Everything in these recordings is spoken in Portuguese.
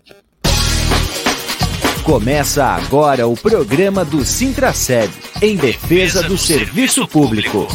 Começa agora o programa do Sintraceb, em defesa do serviço público.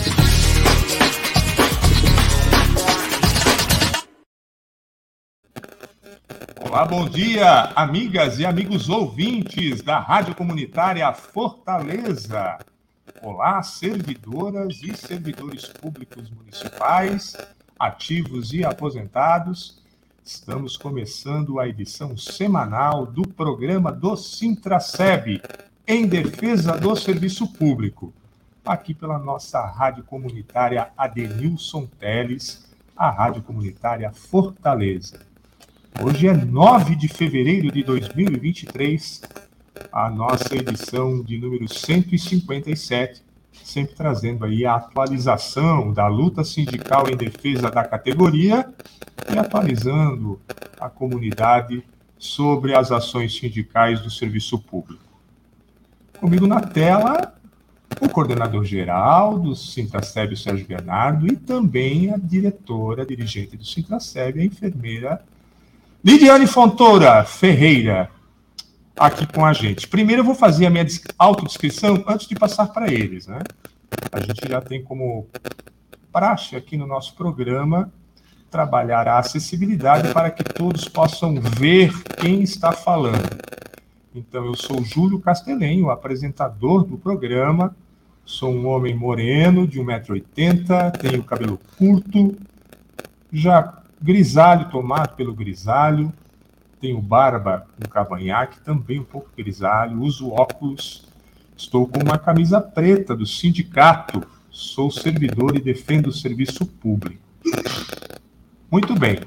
Olá, bom dia, amigas e amigos ouvintes da Rádio Comunitária Fortaleza. Olá, servidoras e servidores públicos municipais, ativos e aposentados. Estamos começando a edição semanal do programa do Sintraceb, em defesa do serviço público, aqui pela nossa Rádio Comunitária Adenilson Teles, a Rádio Comunitária Fortaleza. Hoje é 9 de fevereiro de 2023, a nossa edição de número 157, sempre trazendo aí a atualização da luta sindical em defesa da categoria e atualizando a comunidade sobre as ações sindicais do serviço público. Comigo na tela, o coordenador-geral do Sintraceb, o Sérgio Bernardo, e também a diretora, dirigente do Sintraceb, a enfermeira Lidiane Fontoura Ferreira, aqui com a gente. Primeiro eu vou fazer a minha autodescrição antes de passar para eles, né? A gente já tem como praxe aqui no nosso programa trabalhar a acessibilidade para que todos possam ver quem está falando. Então, eu sou Júlio Castelenho, apresentador do programa, sou um homem moreno, de 1,80 m, tenho cabelo curto, já grisalho, tomado pelo grisalho, tenho barba com cavanhaque, também um pouco grisalho, uso óculos, estou com uma camisa preta do sindicato, sou servidor e defendo o serviço público. Muito bem.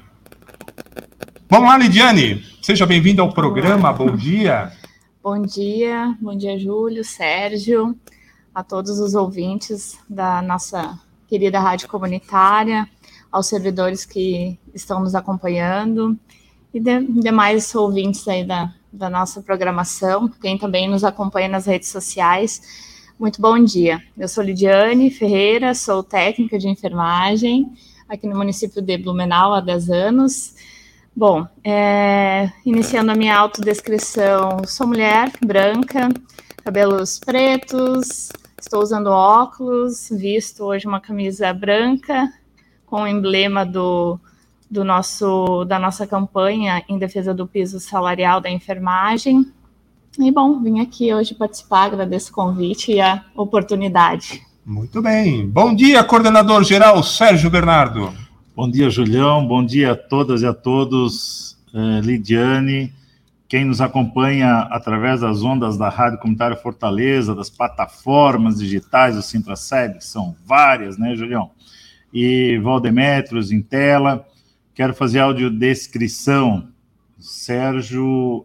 Vamos lá, Lidiane, seja bem-vinda ao programa, bom dia. Bom dia, Júlio, Sérgio, a todos os ouvintes da nossa querida Rádio Comunitária, aos servidores que estão nos acompanhando e demais ouvintes aí da nossa programação, quem também nos acompanha nas redes sociais. Muito bom dia. Eu sou Lidiane Ferreira, sou técnica de enfermagem aqui no município de Blumenau há 10 anos. Bom, iniciando a minha autodescrição, sou mulher, branca, cabelos pretos, estou usando óculos, visto hoje uma camisa branca, com o emblema da nossa campanha em defesa do piso salarial da enfermagem. E, bom, vim aqui hoje participar, agradeço o convite e a oportunidade. Muito bem. Bom dia, coordenador-geral Sérgio Bernardo. Bom dia, Julião. Bom dia a todas e a todos. Lidiane, quem nos acompanha através das ondas da Rádio Comunitária Fortaleza, das plataformas digitais do Sintraceb, que são várias, né, Julião? E Valdemétrios em tela. Quero fazer audiodescrição. Sérgio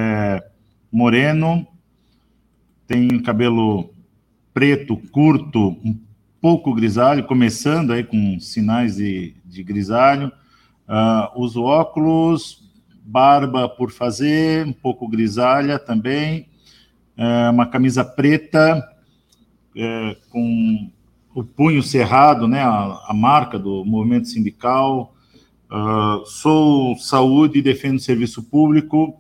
moreno, tem cabelo preto, curto, um pouco grisalho, começando aí com sinais de grisalho. Uso óculos, barba por fazer, um pouco grisalha também. Uma camisa preta com o punho cerrado, né, a marca do movimento sindical. Sou saúde e defendo o serviço público.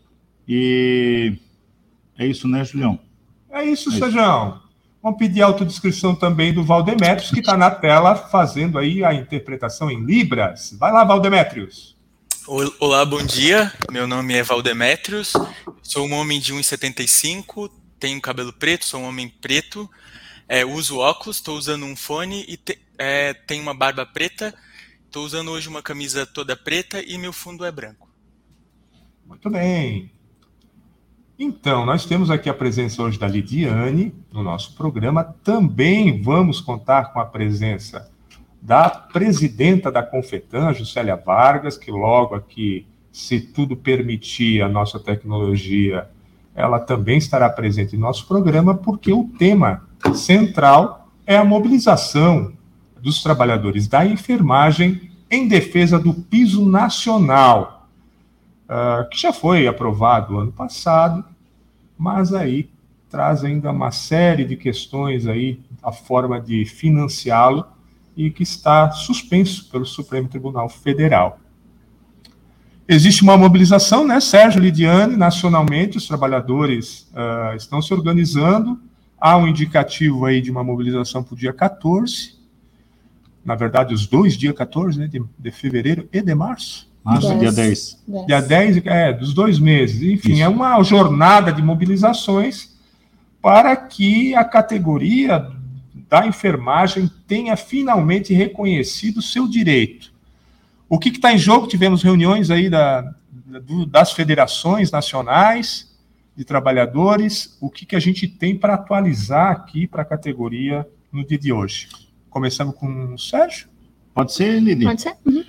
E é isso, né, Julião? É isso, Sérgio. Vamos pedir a autodescrição também do Valdemétrios, que está na tela fazendo aí a interpretação em Libras. Vai lá, Valdemétrios. Olá, bom dia. Meu nome é Valdemétrios. Sou um homem de 1,75 m, tenho cabelo preto, sou um homem preto. Uso óculos, estou usando um fone e tenho uma barba preta. Estou usando hoje uma camisa toda preta e meu fundo é branco. Muito bem. Então, nós temos aqui a presença hoje da Lidiane no nosso programa. Também vamos contar com a presença da presidenta da Confetan, Juscelia Vargas, que logo aqui, se tudo permitir a nossa tecnologia, ela também estará presente em nosso programa, porque o tema central é a mobilização dos trabalhadores da enfermagem em defesa do piso nacional, que já foi aprovado ano passado, mas aí traz ainda uma série de questões aí, a forma de financiá-lo, e que está suspenso pelo Supremo Tribunal Federal. Existe uma mobilização, né, Sérgio, Lidiane, nacionalmente, os trabalhadores estão se organizando. Há um indicativo aí de uma mobilização para o dia 14, na verdade, os dois dias 14, né, de fevereiro e de março. Dia 10. Dia 10, dos 2 meses. Enfim, isso. É uma jornada de mobilizações para que a categoria da enfermagem tenha finalmente reconhecido o seu direito. O que está em jogo? Tivemos reuniões aí das federações nacionais de trabalhadores. O que a gente tem para atualizar aqui para a categoria no dia de hoje? Começamos com o Sérgio? Pode ser, Lidy? Pode ser. Uhum.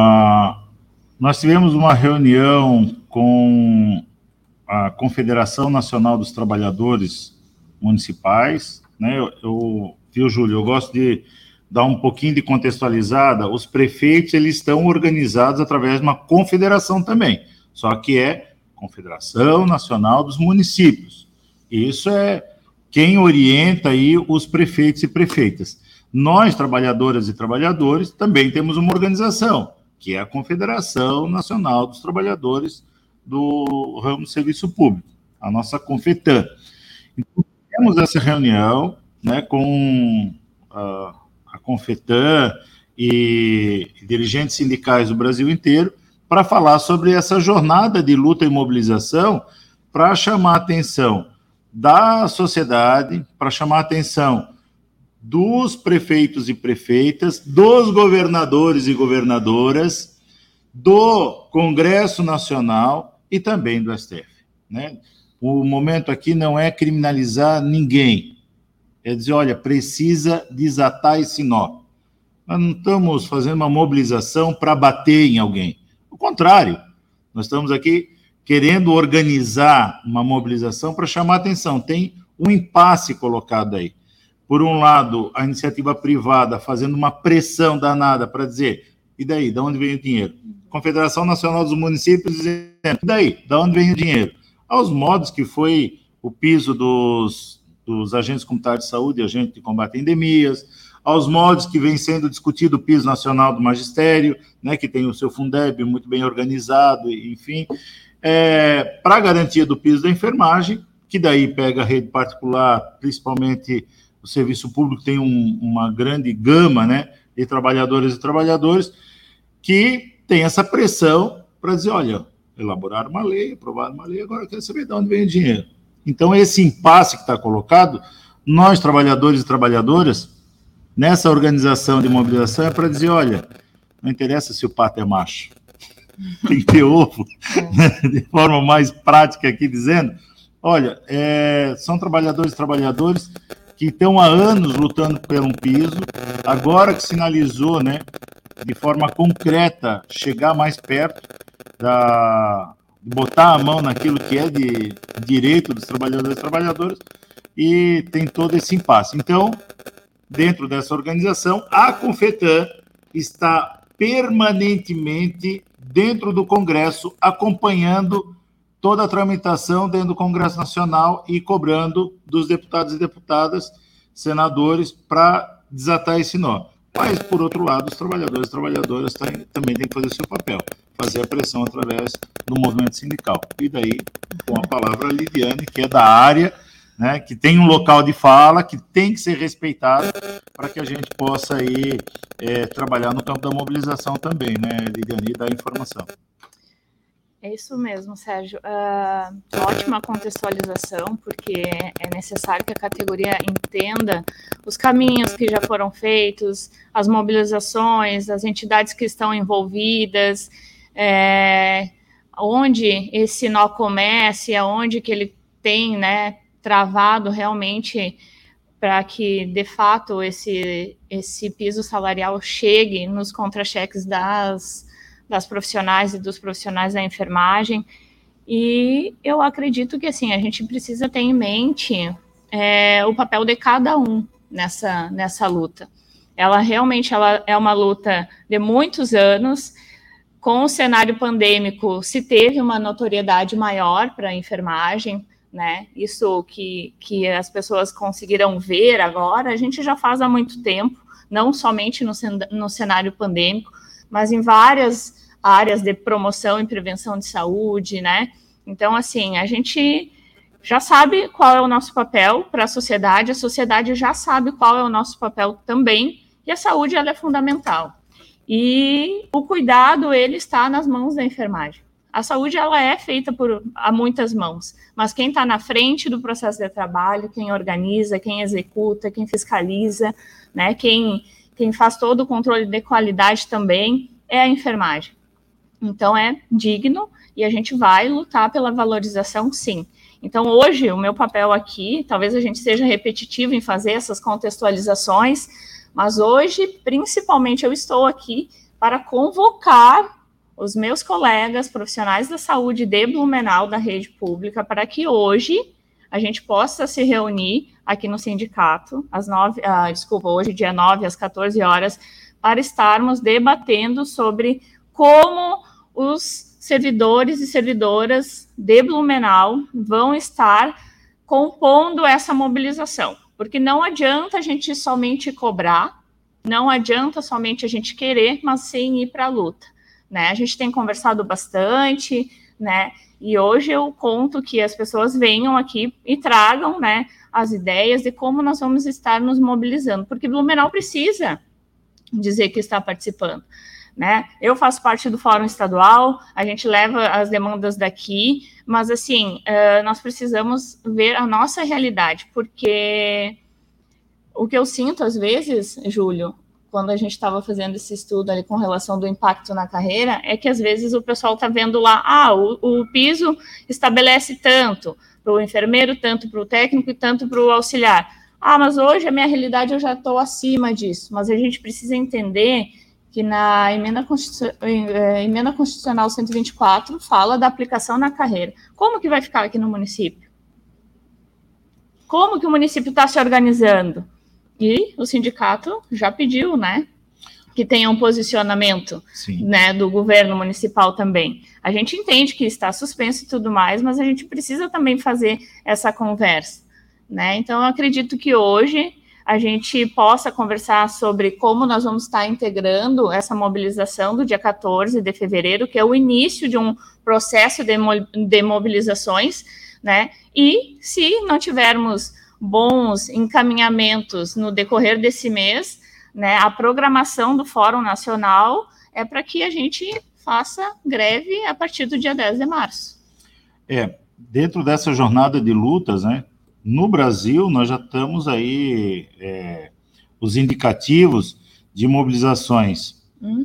Nós tivemos uma reunião com a Confederação Nacional dos Trabalhadores Municipais, né? Viu, Júlio, eu gosto de dar um pouquinho de contextualizada. Os prefeitos, eles estão organizados através de uma confederação também, só que é Confederação Nacional dos Municípios. Isso é quem orienta aí os prefeitos e prefeitas. Nós, trabalhadoras e trabalhadores, também temos uma organização, que é a Confederação Nacional dos Trabalhadores do ramo de serviço público, a nossa Confetan. Então, temos essa reunião, né, com a Confetan e dirigentes sindicais do Brasil inteiro, para falar sobre essa jornada de luta e mobilização, para chamar a atenção da sociedade, para chamar a atenção dos prefeitos e prefeitas, dos governadores e governadoras, do Congresso Nacional e também do STF, né? O momento aqui não é criminalizar ninguém, é dizer, olha, precisa desatar esse nó. Nós não estamos fazendo uma mobilização para bater em alguém, ao contrário, nós estamos aqui querendo organizar uma mobilização para chamar a atenção. Tem um impasse colocado aí. Por um lado, a iniciativa privada fazendo uma pressão danada para dizer, e daí, de onde vem o dinheiro? Confederação Nacional dos Municípios dizendo, e daí, de onde vem o dinheiro? Aos modos que foi o piso dos agentes comunitários de saúde e agentes de combate a endemias, aos modos que vem sendo discutido o piso nacional do magistério, né, que tem o seu Fundeb muito bem organizado, enfim, para a garantia do piso da enfermagem, que daí pega a rede particular, principalmente o serviço público tem uma grande gama, né, de trabalhadoras e trabalhadores que tem essa pressão para dizer, olha, elaboraram uma lei, aprovaram uma lei, agora eu quero saber de onde vem o dinheiro. Então, esse impasse que está colocado, nós, trabalhadores e trabalhadoras, nessa organização de mobilização, é para dizer, olha, não interessa se o pato é macho, tem que ter ovo, né? De forma mais prática aqui dizendo, olha, são trabalhadores e trabalhadoras que estão há anos lutando por um piso, agora que sinalizou, né, de forma concreta, chegar mais perto de botar a mão naquilo que é de direito dos trabalhadores e trabalhadoras, e tem todo esse impasse. Então, dentro dessa organização, a Confetan está permanentemente dentro do Congresso, acompanhando toda a tramitação dentro do Congresso Nacional e cobrando dos deputados e deputadas, senadores, para desatar esse nó. Mas, por outro lado, os trabalhadores e trabalhadoras também têm que fazer o seu papel, fazer a pressão através do movimento sindical. E daí, com a palavra a Lidiane, que é da área, né, que tem um local de fala, que tem que ser respeitado, para que a gente possa aí, trabalhar no campo da mobilização também, né, Lidiane, e da informação. É isso mesmo, Sérgio. Ótima contextualização, porque é necessário que a categoria entenda os caminhos que já foram feitos, as mobilizações, as entidades que estão envolvidas, onde esse nó começa e aonde que ele tem, né, travado realmente para que, de fato, esse piso salarial chegue nos contra-cheques das profissionais e dos profissionais da enfermagem. E eu acredito que, assim, a gente precisa ter em mente o papel de cada um nessa luta. Ela realmente é uma luta de muitos anos. Com o cenário pandêmico, se teve uma notoriedade maior para a enfermagem, né? Isso que as pessoas conseguiram ver agora, a gente já faz há muito tempo, não somente no cenário pandêmico, mas em várias áreas de promoção e prevenção de saúde, né? Então, assim, a gente já sabe qual é o nosso papel para a sociedade já sabe qual é o nosso papel também, e a saúde, ela é fundamental. E o cuidado, ele está nas mãos da enfermagem. A saúde, ela é feita a muitas mãos, mas quem está na frente do processo de trabalho, quem organiza, quem executa, quem fiscaliza, né, quem faz todo o controle de qualidade também é a enfermagem. Então, é digno e a gente vai lutar pela valorização, sim. Então, hoje, o meu papel aqui, talvez a gente seja repetitivo em fazer essas contextualizações, mas hoje, principalmente, eu estou aqui para convocar os meus colegas profissionais da saúde de Blumenau, da rede pública, para que hoje a gente possa se reunir aqui no sindicato, hoje, dia 9, às 14 horas, para estarmos debatendo sobre como os servidores e servidoras de Blumenau vão estar compondo essa mobilização. Porque não adianta a gente somente cobrar, não adianta somente a gente querer, mas sem ir para a luta. Né? A gente tem conversado bastante, né? E hoje eu conto que as pessoas venham aqui e tragam, né, as ideias de como nós vamos estar nos mobilizando, porque Blumenau precisa dizer que está participando, né? Eu faço parte do Fórum Estadual, a gente leva as demandas daqui, mas assim, nós precisamos ver a nossa realidade, porque o que eu sinto às vezes, Júlio, quando a gente estava fazendo esse estudo ali com relação do impacto na carreira, é que às vezes o pessoal está vendo lá, o piso estabelece tanto para o enfermeiro, tanto para o técnico e tanto para o auxiliar. Mas hoje a minha realidade eu já estou acima disso. Mas a gente precisa entender que na emenda constitucional 124 fala da aplicação na carreira. Como que vai ficar aqui no município? Como que o município está se organizando? E o sindicato já pediu, né, que tenha um posicionamento, né, do governo municipal também. A gente entende que está suspenso e tudo mais, mas a gente precisa também fazer essa conversa, né? Então, eu acredito que hoje a gente possa conversar sobre como nós vamos estar integrando essa mobilização do dia 14 de fevereiro, que é o início de um processo de mobilizações, né? E se não tivermos bons encaminhamentos no decorrer desse mês, né, a programação do Fórum Nacional é para que a gente faça greve a partir do dia 10 de março. Dentro dessa jornada de lutas, né, no Brasil, nós já estamos aí, os indicativos de mobilizações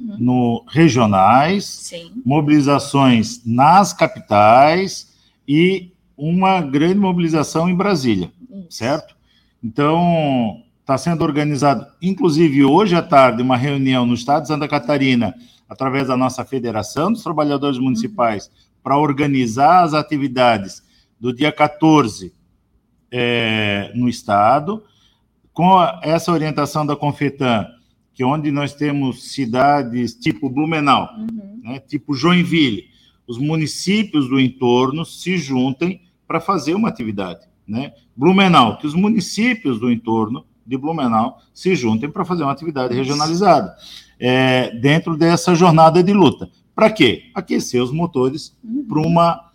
regionais, sim, mobilizações nas capitais e uma grande mobilização em Brasília. Certo? Então, está sendo organizado, inclusive hoje à tarde, uma reunião no estado de Santa Catarina, através da nossa Federação dos Trabalhadores Municipais, para organizar as atividades do dia 14 no estado, com essa orientação da Confetam, que onde nós temos cidades tipo Blumenau, né, tipo Joinville, os municípios do entorno se juntem para fazer uma atividade. Né? Blumenau, que os municípios do entorno de Blumenau se juntem para fazer uma atividade regionalizada dentro dessa jornada de luta. Para quê? Aquecer os motores para uma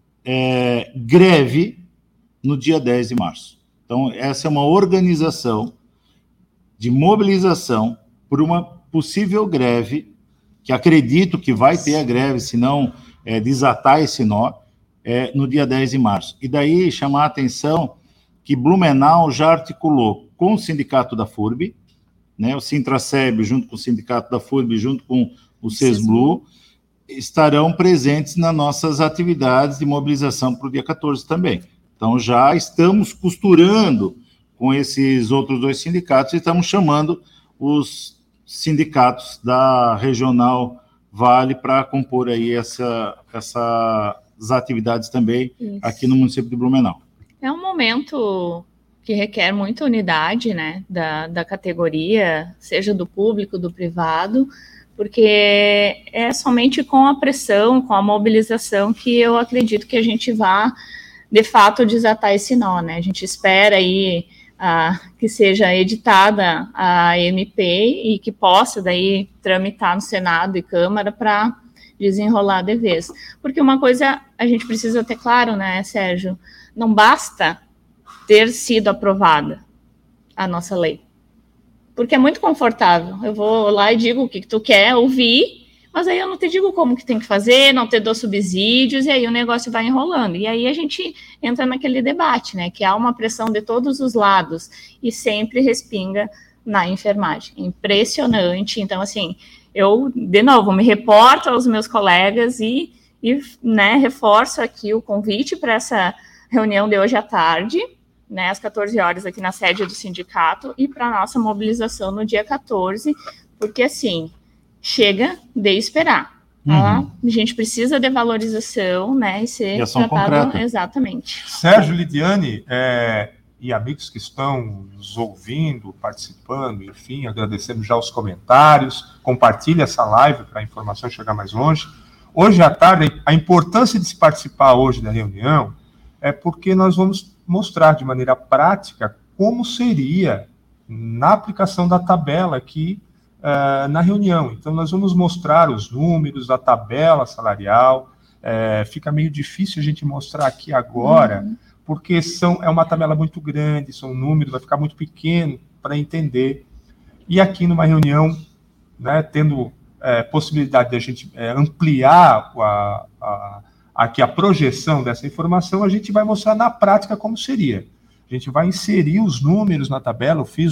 greve no dia 10 de março. Então, essa é uma organização de mobilização por uma possível greve, que acredito que vai ter a greve, se não desatar esse nó, no dia 10 de março. E daí chamar a atenção que Blumenau já articulou com o sindicato da FURB, né, o Sintraceb, junto com o sindicato da FURB, junto com o CESBLU, estarão presentes nas nossas atividades de mobilização para o dia 14 também. Então, já estamos costurando com esses outros dois sindicatos e estamos chamando os sindicatos da Regional Vale para compor aí essas atividades também. Isso. Aqui no município de Blumenau. É um momento que requer muita unidade, né, da categoria, seja do público, do privado, porque é somente com a pressão, com a mobilização que eu acredito que a gente vá, de fato, desatar esse nó, né? A gente espera aí que seja editada a MP e que possa daí tramitar no Senado e Câmara para desenrolar de vez. Porque uma coisa a gente precisa ter claro, né, Sérgio? Não basta ter sido aprovada a nossa lei. Porque é muito confortável. Eu vou lá e digo o que tu quer ouvir, mas aí eu não te digo como que tem que fazer, não te dou subsídios, e aí o negócio vai enrolando. E aí a gente entra naquele debate, né? Que há uma pressão de todos os lados e sempre respinga na enfermagem. Impressionante. Então, assim, eu, de novo, me reporto aos meus colegas e né, reforço aqui o convite para essa reunião de hoje à tarde, né, às 14 horas aqui na sede do sindicato, e para a nossa mobilização no dia 14, porque, assim, chega de esperar. A gente precisa de valorização, né, e ser tratado concreta. Exatamente. Sérgio, Lidiane, e amigos que estão nos ouvindo, participando, enfim, agradecemos já os comentários, compartilhe essa live para a informação chegar mais longe. Hoje à tarde, a importância de se participar hoje da reunião é porque nós vamos mostrar de maneira prática como seria na aplicação da tabela aqui na reunião. Então, nós vamos mostrar os números da tabela salarial. Fica meio difícil a gente mostrar aqui agora, porque é uma tabela muito grande, são números, vai ficar muito pequeno para entender. E aqui numa reunião, né, tendo possibilidade de a gente ampliar aqui a projeção dessa informação, a gente vai mostrar na prática como seria. A gente vai inserir os números na tabela, eu fiz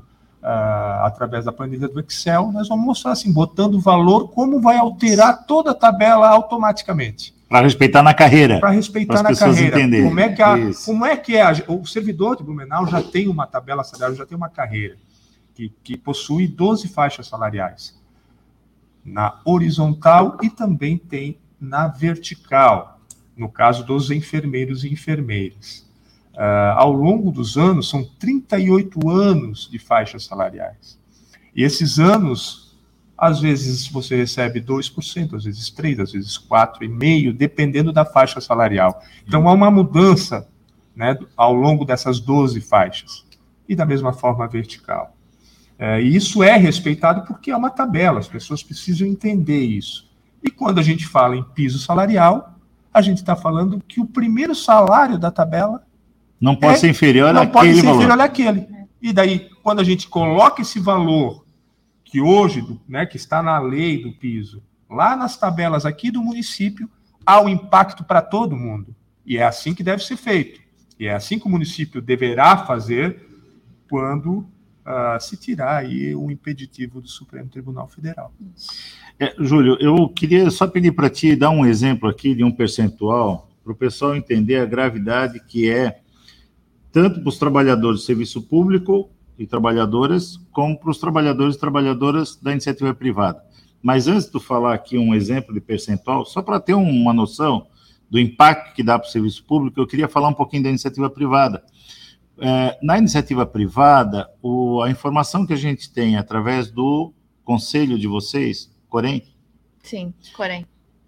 através da planilha do Excel, nós vamos mostrar assim, botando o valor, como vai alterar toda a tabela automaticamente. Para respeitar na carreira. Para respeitar na carreira. Como é que o servidor de Blumenau já tem uma tabela salarial, já tem uma carreira que possui 12 faixas salariais. Na horizontal e também tem na vertical, no caso dos enfermeiros e enfermeiras. Ao longo dos anos, são 38 anos de faixas salariais. E esses anos, às vezes você recebe 2%, às vezes 3%, às vezes 4,5%, dependendo da faixa salarial. Então, há uma mudança, né, ao longo dessas 12 faixas. E da mesma forma, vertical. E isso é respeitado porque é uma tabela, as pessoas precisam entender isso. E quando a gente fala em piso salarial, a gente está falando que o primeiro salário da tabela não pode ser inferior àquele. E daí, quando a gente coloca esse valor que hoje, né, que está na lei do piso, lá nas tabelas aqui do município, há um impacto para todo mundo. E é assim que deve ser feito. E é assim que o município deverá fazer quando se tirar aí o impeditivo do Supremo Tribunal Federal. Júlio, eu queria só pedir para ti dar um exemplo aqui de um percentual para o pessoal entender a gravidade que é tanto para os trabalhadores do serviço público e trabalhadoras, como para os trabalhadores e trabalhadoras da iniciativa privada. Mas antes de tu falar aqui um exemplo de percentual, só para ter uma noção do impacto que dá para o serviço público, eu queria falar um pouquinho da iniciativa privada. Na iniciativa privada, a informação que a gente tem através do conselho de vocês, Corém? Sim, Corém.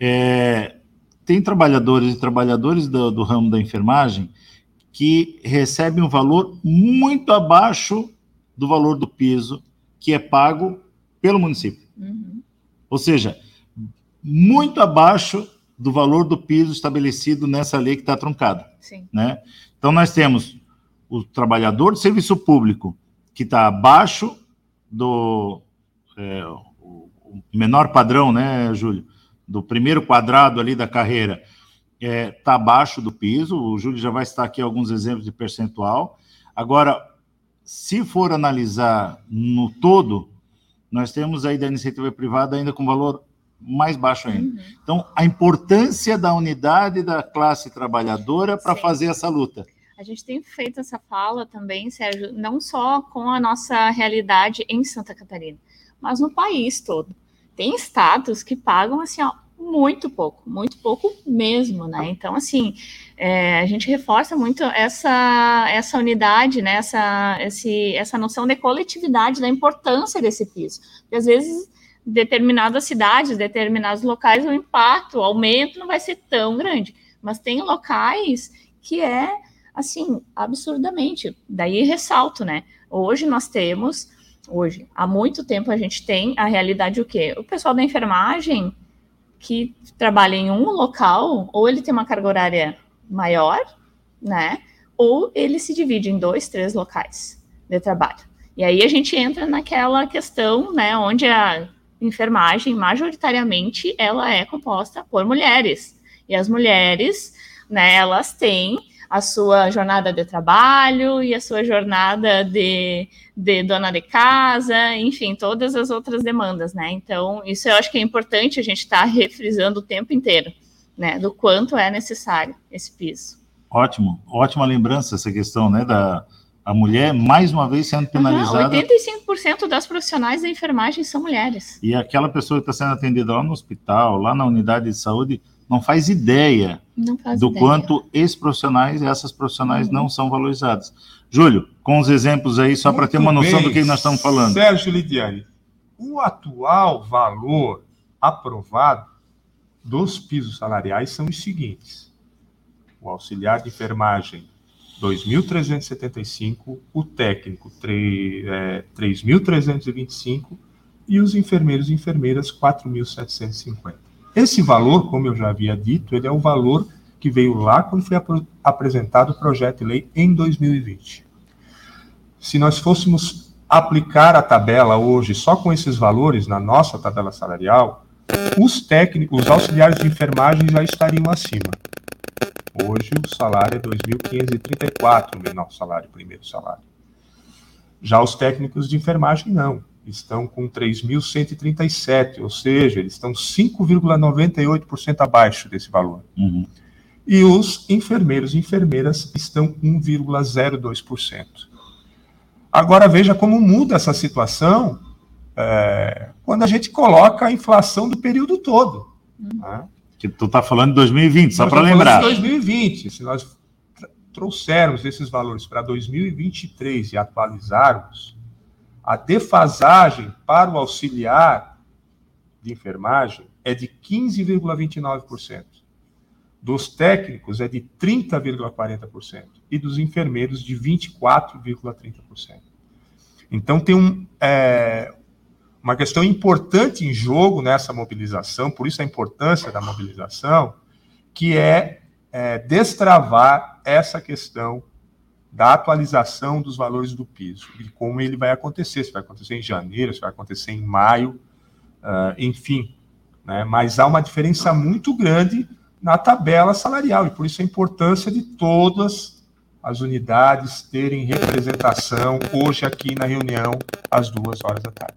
Tem trabalhadores e trabalhadoras do ramo da enfermagem que recebem um valor muito abaixo do valor do piso que é pago pelo município. Ou seja, muito abaixo do valor do piso estabelecido nessa lei que está truncada. Sim. Né? Então, nós temos o trabalhador do serviço público que está abaixo do o menor padrão, né, Júlio? Do primeiro quadrado ali da carreira, está abaixo do piso. O Júlio já vai citar aqui alguns exemplos de percentual. Agora, se for analisar no todo, nós temos aí da iniciativa privada ainda com valor mais baixo ainda. Então, a importância da unidade da classe trabalhadora para fazer essa luta. A gente tem feito essa fala também, Sérgio, não só com a nossa realidade em Santa Catarina, mas no país todo. Tem estados que pagam, assim, ó, muito pouco mesmo, né? Então, assim, a gente reforça muito essa unidade, né? Essa noção de coletividade, da importância desse piso. Porque, às vezes, determinadas cidades, determinados locais, o impacto, o aumento não vai ser tão grande. Mas tem locais que assim, absurdamente. Daí ressalto, né? Hoje, há muito tempo a gente tem a realidade o quê? O pessoal da enfermagem que trabalha em um local, ou ele tem uma carga horária maior, né? Ou ele se divide em 2, 3 locais de trabalho. E aí a gente entra naquela questão, né, onde a enfermagem, majoritariamente, ela é composta por mulheres. E as mulheres, né, elas têm a sua jornada de trabalho e a sua jornada de dona de casa, enfim, todas as outras demandas, né? Então, isso eu acho que é importante a gente estar refrisando o tempo inteiro, né, do quanto é necessário esse piso. Ótimo, ótima lembrança essa questão, né, a mulher, mais uma vez, sendo penalizada. 85% das profissionais da enfermagem são mulheres. E aquela pessoa que está sendo atendida lá no hospital, lá na unidade de saúde, não faz ideia quanto esses profissionais e essas profissionais não são valorizadas. Júlio, com os exemplos aí, só para ter uma noção do que nós estamos falando. Sérgio Lidiane, o atual valor aprovado dos pisos salariais são os seguintes: o auxiliar de enfermagem, 2.375, o técnico, 3.325, e os enfermeiros e enfermeiras, 4.750. Esse valor, como eu já havia dito, ele é o valor que veio lá quando foi apresentado o projeto de lei em 2020. Se nós fôssemos aplicar a tabela hoje só com esses valores na nossa tabela salarial, os técnicos, os auxiliares de enfermagem já estariam acima. Hoje o salário é 2.534, o menor salário, o primeiro salário. Já os técnicos de enfermagem não, estão com 3.137, ou seja, eles estão 5,98% abaixo desse valor. Uhum. E os enfermeiros e enfermeiras estão 1,02%. Agora veja como muda essa situação quando a gente coloca a inflação do período todo. Né? Que tu está falando de 2020, só para lembrar. 2020, se nós trouxermos esses valores para 2023 e atualizarmos, a defasagem para o auxiliar de enfermagem é de 15,29%. Dos técnicos é de 30,40%. E dos enfermeiros de 24,30%. Então tem uma questão importante em jogo nessa mobilização, por isso a importância da mobilização, que é destravar essa questão da atualização dos valores do piso, e como ele vai acontecer, se vai acontecer em janeiro, se vai acontecer em maio, enfim. Né? Mas há uma diferença muito grande na tabela salarial, e por isso a importância de todas as unidades terem representação hoje aqui na reunião, às 14h.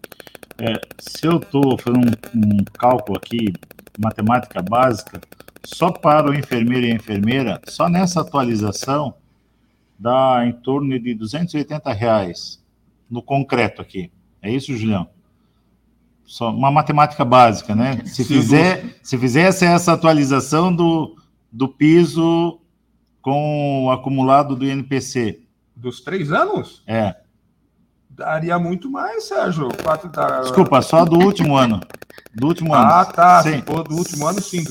Se eu estou fazendo um cálculo aqui, matemática básica, só para o enfermeiro e a enfermeira, só nessa atualização, dá em torno de R$280 no concreto aqui. É isso, Julião? Só uma matemática básica, né? Se fizesse essa atualização do piso com o acumulado do INPC. Dos 3 anos? Daria muito mais, Sérgio. Desculpa, só do último ano. Do último ano. Ah, tá. Sim. Se for do último ano, sim.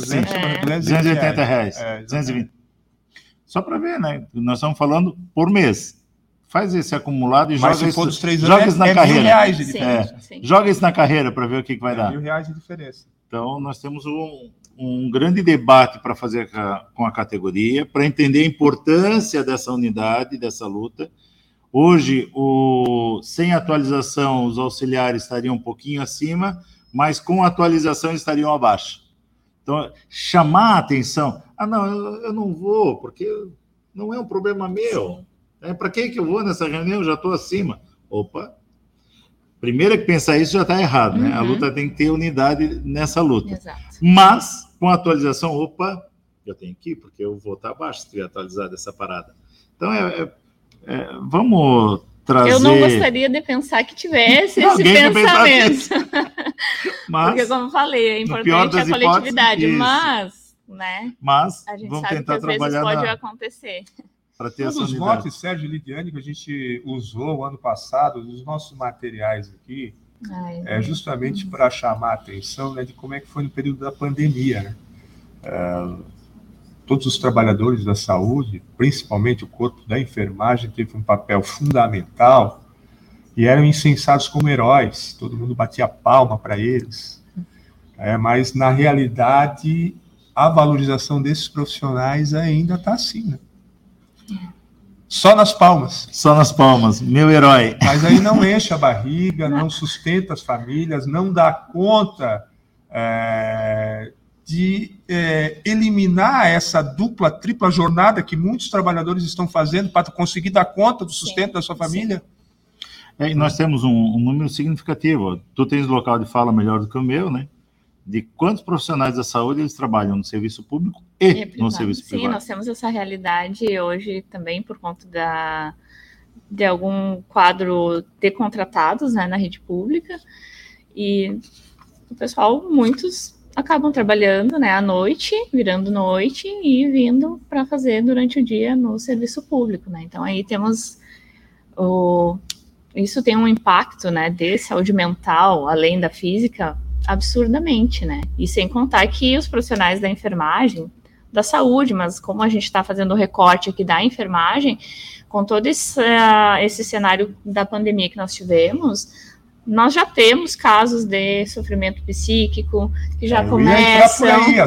R$280. 220. Só para ver, né? Nós estamos falando por mês. Faz esse acumulado e joga isso na carreira. R$1.000 de diferença. Sim. Joga isso na carreira para ver o que vai dar. R$1.000 de diferença. Então, nós temos um grande debate para fazer com a categoria, para entender a importância dessa unidade, dessa luta. Hoje, sem atualização, os auxiliares estariam um pouquinho acima, mas com atualização estariam abaixo. Então, chamar a atenção. Não, eu não vou, porque não é um problema meu. Para que eu vou nessa reunião? Eu já estou acima. Opa! Primeiro que pensar isso já está errado, né? A luta tem que ter unidade nessa luta. Exato. Mas, com a atualização, eu tenho que ir, porque eu vou estar abaixo se tiver atualizado essa parada. Então, vamos trazer... Eu não gostaria de pensar que tivesse esse pensamento. Mas, porque, como eu falei, é importante a coletividade, mas a gente vamos sabe tentar que às vezes pode acontecer. Um dos motes, Sérgio e Lidiane, que a gente usou ano passado, nos nossos materiais aqui, é justamente para chamar a atenção, né, de como é que foi no período da pandemia. Né? Todos os trabalhadores da saúde, principalmente o corpo da enfermagem, teve um papel fundamental e eram incensados como heróis. Todo mundo batia palma para eles. Mas, na realidade, a valorização desses profissionais ainda está assim, né? Só nas palmas. Só nas palmas, meu herói. Mas aí não enche a barriga, não sustenta as famílias, não dá conta de eliminar essa dupla, tripla jornada que muitos trabalhadores estão fazendo para conseguir dar conta do sustento da sua família. E nós temos um número significativo. Tu tens local de fala melhor do que o meu, né? De quantos profissionais da saúde eles trabalham no serviço público e no serviço privado. Sim, nós temos essa realidade hoje também por conta de algum quadro de contratados, né, na rede pública, e o pessoal, muitos acabam trabalhando, né, à noite, virando noite e vindo para fazer durante o dia no serviço público, né? Então aí temos isso tem um impacto, né, de saúde mental, além da física, absurdamente, né? E sem contar que os profissionais da enfermagem, da saúde, mas como a gente está fazendo o recorte aqui da enfermagem, com todo esse cenário da pandemia que nós tivemos, nós já temos casos de sofrimento psíquico que já começam,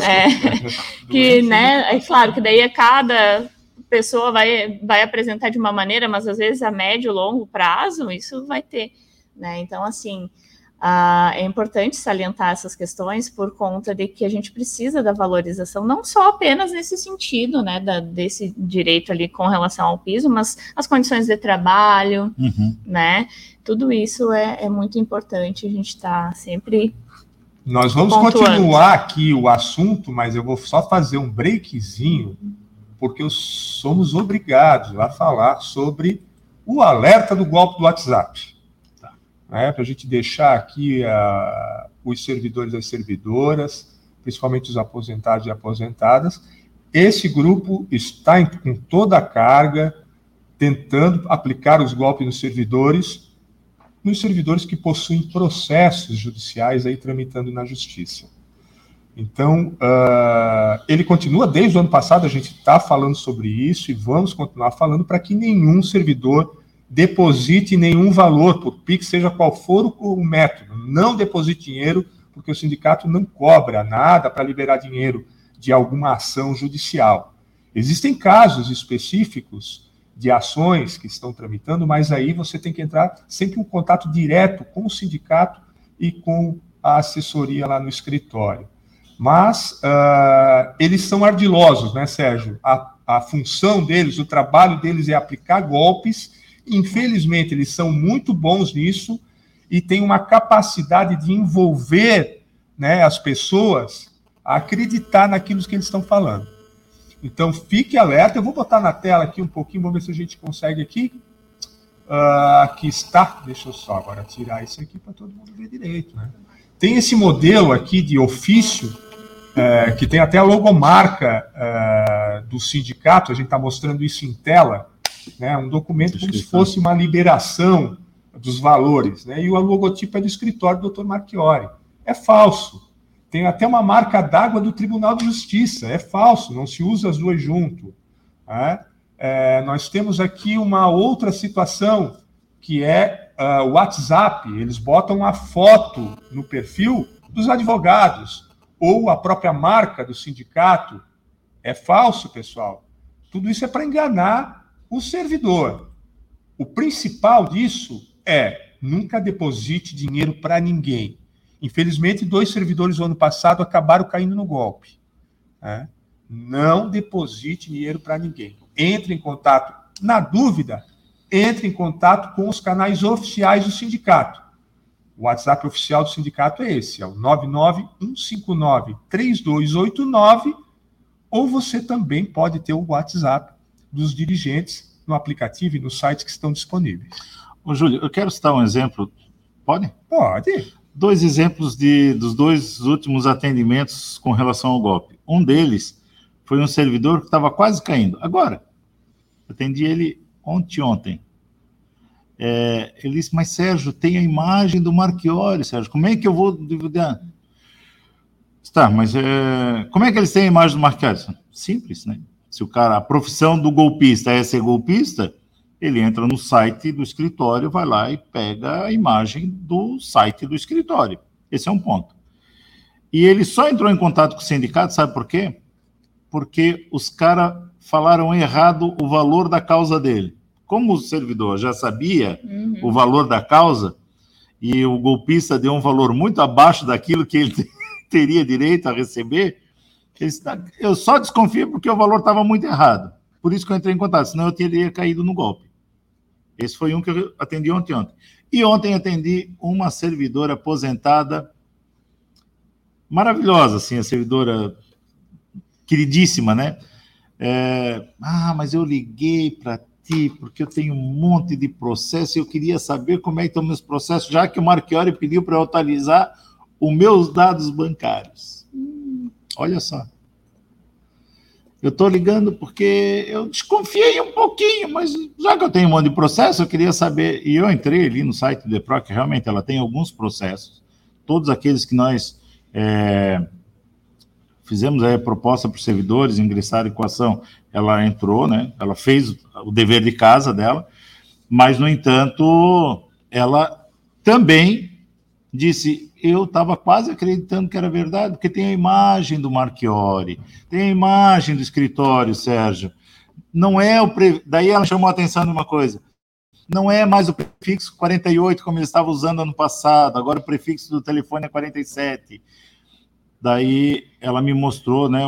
que, né, é claro que daí cada pessoa vai apresentar de uma maneira, mas às vezes a médio e longo prazo isso vai ter, né? Então, assim, é importante salientar essas questões por conta de que a gente precisa da valorização, não só apenas nesse sentido, né, desse direito ali com relação ao piso, mas as condições de trabalho, né, tudo isso é muito importante, a gente está sempre Nós vamos continuar aqui o assunto, mas eu vou só fazer um breakzinho, porque somos obrigados a falar sobre o alerta do golpe do WhatsApp. Para a gente deixar aqui os servidores e as servidoras, principalmente os aposentados e aposentadas. Esse grupo está com toda a carga, tentando aplicar os golpes nos servidores que possuem processos judiciais aí tramitando na justiça. Então, ele continua desde o ano passado, a gente está falando sobre isso e vamos continuar falando para que nenhum servidor deposite nenhum valor por PIX, seja qual for o método. Não deposite dinheiro, porque o sindicato não cobra nada para liberar dinheiro de alguma ação judicial. Existem casos específicos de ações que estão tramitando, mas aí você tem que entrar sempre em contato direto com o sindicato e com a assessoria lá no escritório. Mas eles são ardilosos, né, Sérgio? A função deles, o trabalho deles é aplicar golpes. Infelizmente, eles são muito bons nisso e têm uma capacidade de envolver, né, as pessoas a acreditar naquilo que eles estão falando. Então, fique alerta. Eu vou botar na tela aqui um pouquinho, vamos ver se a gente consegue aqui. Aqui está. Deixa eu só agora tirar isso aqui para todo mundo ver direito, né? Tem esse modelo aqui de ofício, que tem até a logomarca do sindicato, a gente está mostrando isso em tela, né, um documento como se fosse uma liberação dos valores, né, e o logotipo é do escritório do Dr. Marchiori. É falso. Tem até uma marca d'água do Tribunal de Justiça. É falso, não se usa as duas junto. Né? Nós temos aqui uma outra situação, que é o WhatsApp. Eles botam a foto no perfil dos advogados, ou a própria marca do sindicato. É falso, pessoal. Tudo isso é para enganar o servidor. O principal disso é nunca deposite dinheiro para ninguém. Infelizmente, 2 servidores no ano passado acabaram caindo no golpe. Né? Não deposite dinheiro para ninguém. Entre em contato. Na dúvida, entre em contato com os canais oficiais do sindicato. O WhatsApp oficial do sindicato é esse, é o 991593289, ou você também pode ter o WhatsApp dos dirigentes no aplicativo e nos sites que estão disponíveis. Ô, Júlio, eu quero citar um exemplo. Pode? Pode. 2 exemplos dos 2 últimos atendimentos com relação ao golpe. Um deles foi um servidor que estava quase caindo. Agora, atendi ele ontem. Ele disse, mas Sérgio, tem a imagem do Marchiori, Sérgio, como é que eu vou divulgar? Tá, mas como é que eles têm a imagem do Marchiori? Simples, né? Se a profissão do golpista é ser golpista, ele entra no site do escritório, vai lá e pega a imagem do site do escritório. Esse é um ponto. E ele só entrou em contato com o sindicato, sabe por quê? Porque os caras falaram errado o valor da causa dele. Como o servidor já sabia o valor da causa, e o golpista deu um valor muito abaixo daquilo que ele teria direito a receber, eu só desconfio porque o valor estava muito errado. Por isso que eu entrei em contato, senão eu teria caído no golpe. Esse foi um que eu atendi ontem. E ontem atendi uma servidora aposentada, maravilhosa, assim, a servidora queridíssima, né? Mas eu liguei para ti porque eu tenho um monte de processo e eu queria saber como é que estão meus processos, já que o Marchiori pediu para eu atualizar os meus dados bancários. Olha só. Eu estou ligando porque eu desconfiei um pouquinho, mas já que eu tenho um monte de processo, eu queria saber. E eu entrei ali no site do DEPROC, que realmente ela tem alguns processos, todos aqueles que nós fizemos a proposta para os servidores ingressarem em equação, ela entrou, né? Ela fez o dever de casa dela, mas, no entanto, ela também disse, eu estava quase acreditando que era verdade, porque tem a imagem do Marchiori, tem a imagem do escritório, Sérgio. Não é o... Daí ela chamou a atenção de uma coisa. Não é mais o prefixo 48, como ele estava usando ano passado, agora o prefixo do telefone é 47. Daí ela me mostrou, né,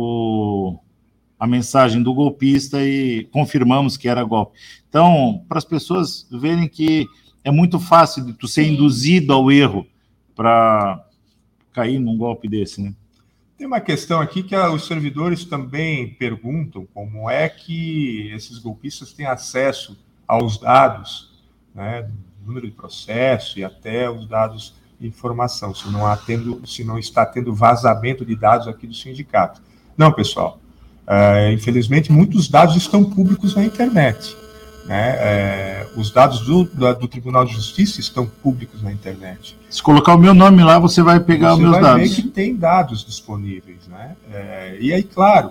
a mensagem do golpista e confirmamos que era golpe. Então, para as pessoas verem que é muito fácil de tu ser induzido ao erro para cair num golpe desse, né? Tem uma questão aqui que os servidores também perguntam como é que esses golpistas têm acesso aos dados, né, número de processo e até os dados de informação, se não está tendo vazamento de dados aqui do sindicato. Não, pessoal. Infelizmente, muitos dados estão públicos na internet. Né? Os dados do Tribunal de Justiça estão públicos na internet. Se colocar o meu nome lá, você vai pegar os meus dados. Você vai ver que tem dados disponíveis. Né? E aí, claro,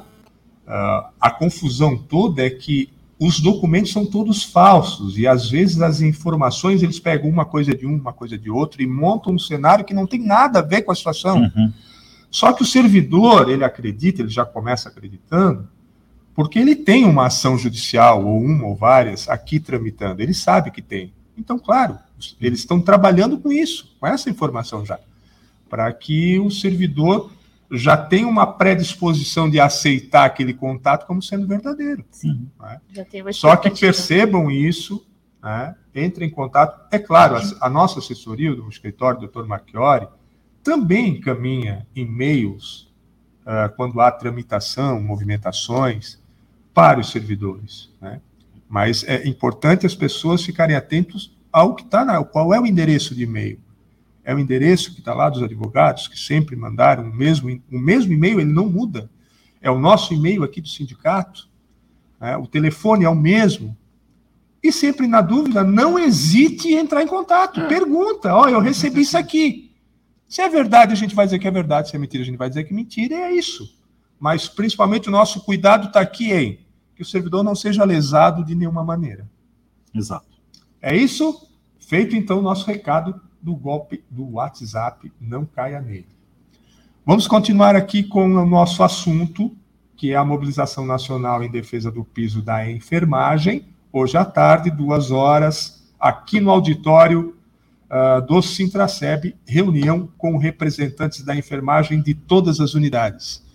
a confusão toda é que os documentos são todos falsos e, às vezes, as informações, eles pegam uma coisa de um, uma coisa de outro e montam um cenário que não tem nada a ver com a situação. Só que o servidor, ele já começa acreditando, porque ele tem uma ação judicial, ou uma ou várias, aqui tramitando. Ele sabe que tem. Então, claro, eles estão trabalhando com isso, com essa informação já, para que o servidor já tenha uma predisposição de aceitar aquele contato como sendo verdadeiro. Né? Só que percebam isso, né? Entrem em contato. É claro, a nossa assessoria do escritório do Dr. Marchiori também encaminha e-mails quando há tramitação, movimentações, para os servidores. Né? Mas é importante as pessoas ficarem atentos ao que está qual é o endereço de e-mail. É o endereço que está lá dos advogados, que sempre mandaram o mesmo e-mail, ele não muda. É o nosso e-mail aqui do sindicato. Né? O telefone é o mesmo. E sempre, na dúvida, não hesite em entrar em contato. Pergunta, eu recebi isso aqui. Se é verdade, a gente vai dizer que é verdade. Se é mentira, a gente vai dizer que é mentira. E é isso. Mas, principalmente, o nosso cuidado está aqui em que o servidor não seja lesado de nenhuma maneira. Exato. É isso? Feito, então, o nosso recado do golpe do WhatsApp, não caia nele. Vamos continuar aqui com o nosso assunto, que é a mobilização nacional em defesa do piso da enfermagem, hoje à tarde, 2h, aqui no auditório do Sintraceb, reunião com representantes da enfermagem de todas as unidades.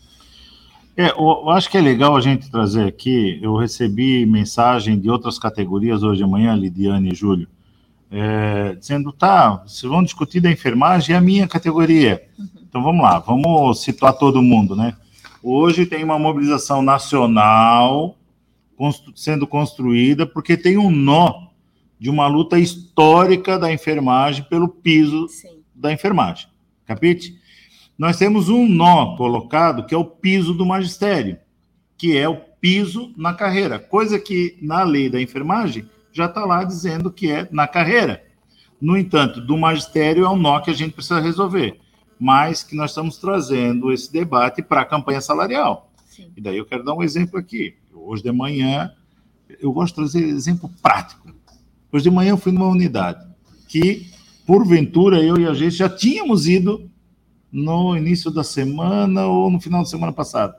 Eu acho que é legal a gente trazer aqui, eu recebi mensagem de outras categorias hoje de manhã, Lidiane e Júlio, dizendo, vocês vão discutir da enfermagem, é a minha categoria. Então, vamos lá, vamos situar todo mundo, né? Hoje tem uma mobilização nacional sendo construída, porque tem um nó de uma luta histórica da enfermagem pelo piso da enfermagem. Capite? Nós temos um nó colocado, que é o piso do magistério, que é o piso na carreira, coisa que na lei da enfermagem já está lá dizendo que é na carreira. No entanto, do magistério é um nó que a gente precisa resolver, mas que nós estamos trazendo esse debate para a campanha salarial. Sim. E daí eu quero dar um exemplo aqui. Hoje de manhã, eu gosto de trazer exemplo prático. Hoje de manhã eu fui numa unidade que, porventura, eu e a gente já tínhamos ido no início da semana ou no final da semana passada.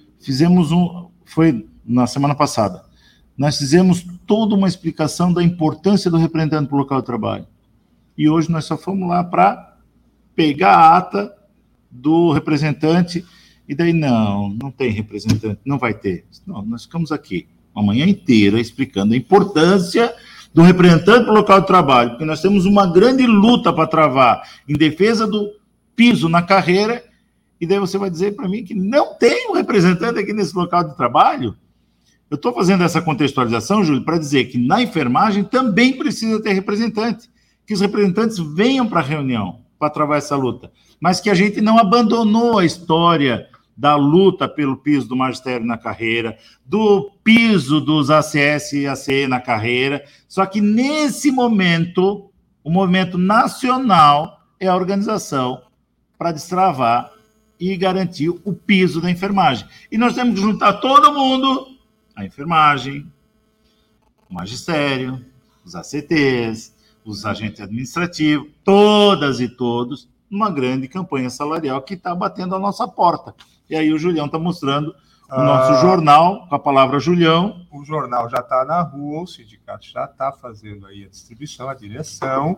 Foi na semana passada. Nós fizemos toda uma explicação da importância do representante para o local de trabalho. E hoje nós só fomos lá para pegar a ata do representante, e daí não tem representante, não vai ter. Não, nós ficamos aqui uma manhã inteira explicando a importância do representante para o local de trabalho, porque nós temos uma grande luta para travar em defesa do piso na carreira, e daí você vai dizer para mim que não tem um representante aqui nesse local de trabalho? Eu estou fazendo essa contextualização, Júlio, para dizer que na enfermagem também precisa ter representante, que os representantes venham para a reunião para travar essa luta, mas que a gente não abandonou a história da luta pelo piso do magistério na carreira, do piso dos ACS e ACE na carreira, só que nesse momento, o movimento nacional é a organização para destravar e garantir o piso da enfermagem. E nós temos que juntar todo mundo, a enfermagem, o magistério, os ACTs, os agentes administrativos, todas e todos, numa grande campanha salarial que está batendo a nossa porta. E aí o Julião está mostrando o nosso jornal, com a palavra Julião. O jornal já está na rua, o sindicato já está fazendo aí a distribuição, a direção.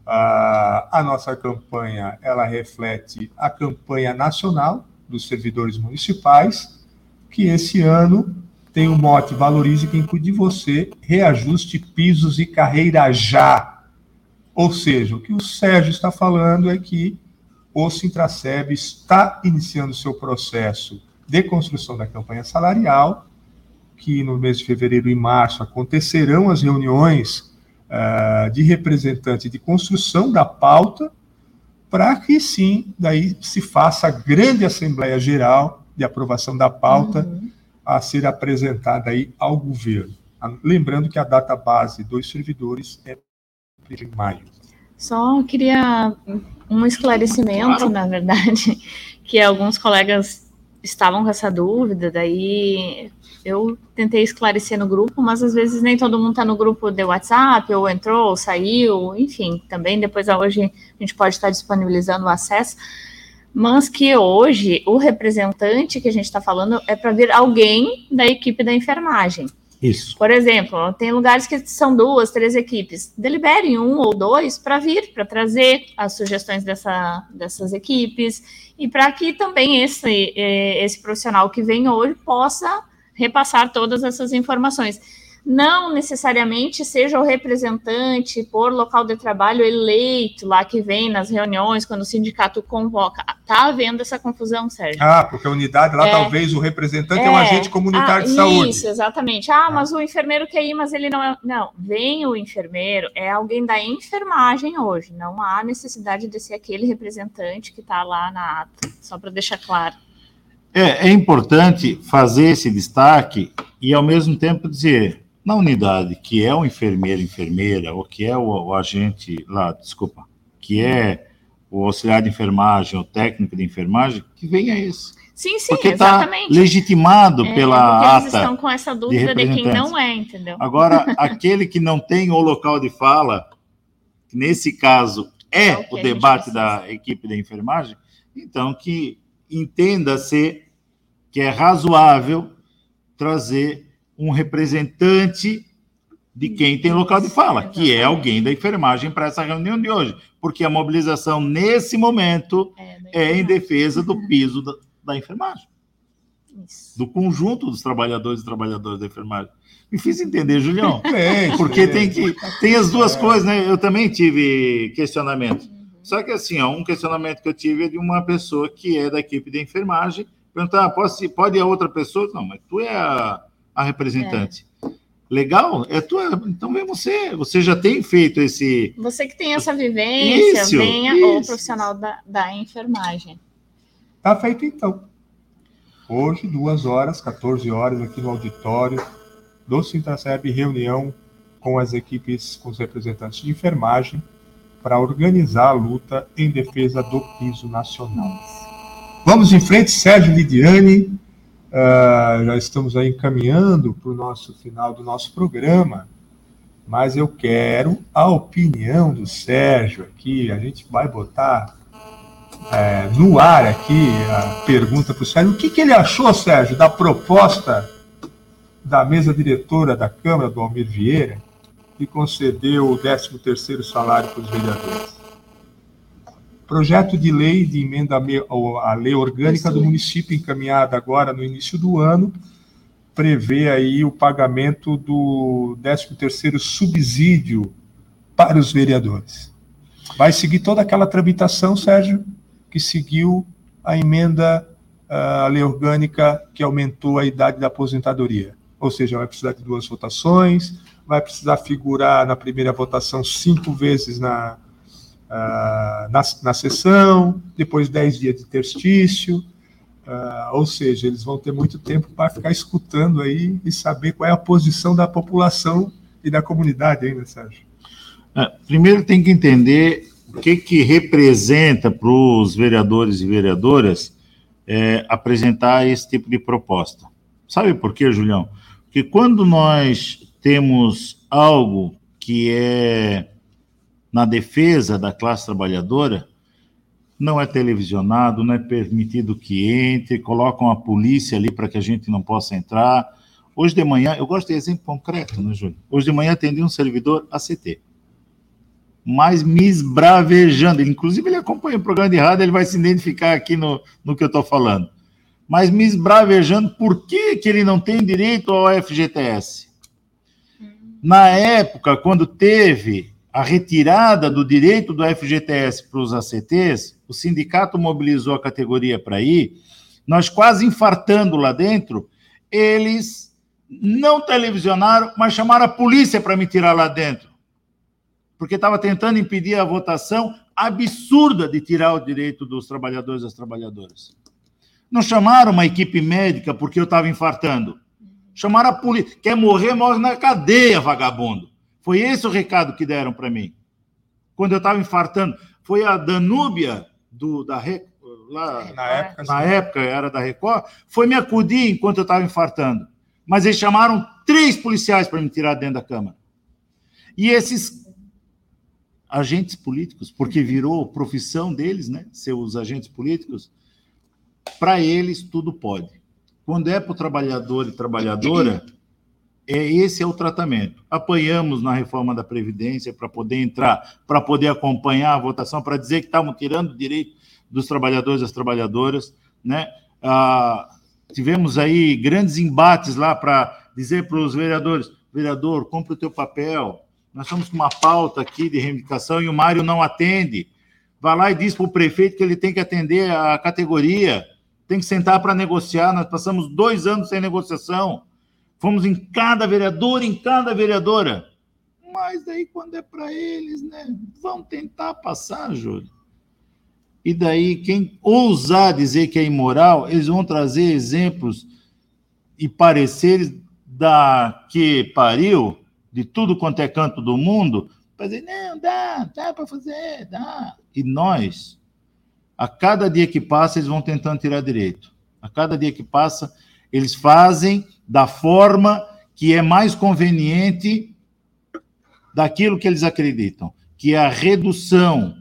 A nossa campanha, ela reflete a campanha nacional dos servidores municipais, que esse ano tem o mote Valorize quem cuide de você, reajuste pisos e carreira já. Ou seja, o que o Sérgio está falando é que o Sintraceb está iniciando seu processo de construção da campanha salarial, que no mês de fevereiro e março acontecerão as reuniões de representante de construção da pauta, para que sim, daí se faça a grande Assembleia Geral de aprovação da pauta a ser apresentada aí ao governo. Lembrando que a data base dos servidores é de maio. Só queria um esclarecimento, na verdade, que alguns colegas estavam com essa dúvida, daí eu tentei esclarecer no grupo, mas às vezes nem todo mundo está no grupo de WhatsApp, ou entrou, ou saiu, enfim, também depois hoje a gente pode estar disponibilizando o acesso, mas que hoje o representante que a gente está falando é para vir alguém da equipe da enfermagem. Isso. Por exemplo, tem lugares que são 2, 3 equipes. Deliberem 1 ou 2 para vir, para trazer as sugestões dessas equipes e para que também esse profissional que vem hoje possa repassar todas essas informações. Não necessariamente seja o representante por local de trabalho eleito lá que vem nas reuniões, quando o sindicato convoca. Está havendo essa confusão, Sérgio? Porque a unidade lá, talvez o representante é um agente comunitário de saúde. Isso, exatamente. Mas o enfermeiro quer ir, mas ele não é... Não, vem o enfermeiro, é alguém da enfermagem hoje. Não há necessidade de ser aquele representante que está lá na ata, só para deixar claro. É importante fazer esse destaque e, ao mesmo tempo, dizer... Na unidade, que é o enfermeiro, enfermeira, ou que é o agente lá, que é o auxiliar de enfermagem, o técnico de enfermagem, que venha esse. Sim, porque exatamente. Está legitimado pela ata. Eles estão com essa dúvida de quem não é, entendeu? Agora, aquele que não tem o local de fala, que nesse caso é o debate da equipe da enfermagem, então que entenda-se que é razoável trazer um representante de quem tem local de fala, que é alguém da enfermagem para essa reunião de hoje, porque a mobilização nesse momento é em defesa do piso da enfermagem, do conjunto dos trabalhadores e trabalhadoras da enfermagem. Me fiz entender, Julião? Porque tem as duas coisas, né? Eu também tive questionamento. Só que assim, um questionamento que eu tive é de uma pessoa que é da equipe de enfermagem, perguntar, pode a outra pessoa? Não, mas tu é a representante. Legal? Então vem você já tem feito esse... Você que tem essa vivência, venha o profissional da enfermagem. Tá feito então. Hoje, 2 horas, 14 horas, aqui no auditório do Sintraceb, reunião com as equipes, com os representantes de enfermagem, para organizar a luta em defesa do piso nacional. Vamos em frente, Sérgio Lidiane. Já estamos aí encaminhando para o nosso final do nosso programa, mas eu quero a opinião do Sérgio aqui. A gente vai botar no ar aqui a pergunta para o Sérgio. O que ele achou, Sérgio, da proposta da mesa diretora da Câmara, do Almir Vieira, que concedeu o 13º salário para os vereadores? Projeto de lei de emenda à lei orgânica do município, encaminhada agora no início do ano, prevê aí o pagamento do 13º subsídio para os vereadores. Vai seguir toda aquela tramitação, Sérgio, que seguiu a emenda à lei orgânica que aumentou a idade da aposentadoria. Ou seja, vai precisar de 2 votações, vai precisar figurar na primeira votação 5 vezes na sessão, depois 10 dias de terstício, ou seja, eles vão ter muito tempo para ficar escutando aí e saber qual é a posição da população e da comunidade ainda, Sérgio. Primeiro tem que entender o que representa para os vereadores e vereadoras apresentar esse tipo de proposta. Sabe por quê, Julião? Porque quando nós temos algo que é na defesa da classe trabalhadora, não é televisionado, não é permitido que entre, colocam a polícia ali para que a gente não possa entrar. Hoje de manhã, eu gosto de exemplo concreto, né, Júlio? Hoje de manhã atendi um servidor ACT, mas me esbravejando, inclusive ele acompanha o programa de rádio, ele vai se identificar aqui no que eu estou falando, mas me esbravejando por que ele não tem direito ao FGTS. Na época, quando teve a retirada do direito do FGTS para os ACTs, o sindicato mobilizou a categoria para ir, nós quase infartando lá dentro, eles não televisionaram, mas chamaram a polícia para me tirar lá dentro, porque estava tentando impedir a votação absurda de tirar o direito dos trabalhadores e das trabalhadoras. Não chamaram uma equipe médica porque eu estava infartando, chamaram a polícia. Quer morrer, morre na cadeia, vagabundo. Foi esse o recado que deram para mim. Quando eu estava infartando, foi a Danúbia, na época era da Record, foi me acudir enquanto eu estava infartando. Mas eles chamaram 3 policiais para me tirar dentro da Câmara. E esses agentes políticos, porque virou profissão deles, né, ser os agentes políticos, para eles tudo pode. Quando é para o trabalhador e trabalhadora, esse é o tratamento. Apanhamos na reforma da Previdência para poder entrar, para poder acompanhar a votação, para dizer que estavam tirando o direito dos trabalhadores e das trabalhadoras, né? Tivemos aí grandes embates lá para dizer para os vereadores: vereador, compra o teu papel, nós estamos com uma pauta aqui de reivindicação e o Mário não atende. Vai lá e diz para o prefeito que ele tem que atender a categoria, tem que sentar para negociar. Nós passamos 2 anos sem negociação. Fomos em cada vereador, em cada vereadora. Mas daí, quando é para eles, né, vão tentar passar, Júlio. E daí, quem ousar dizer que é imoral, eles vão trazer exemplos e pareceres da que pariu, de tudo quanto é canto do mundo, para dizer, não, dá para fazer, dá. E nós, a cada dia que passa, eles vão tentando tirar direito. A cada dia que passa, eles fazem da forma que é mais conveniente daquilo que eles acreditam, que é a redução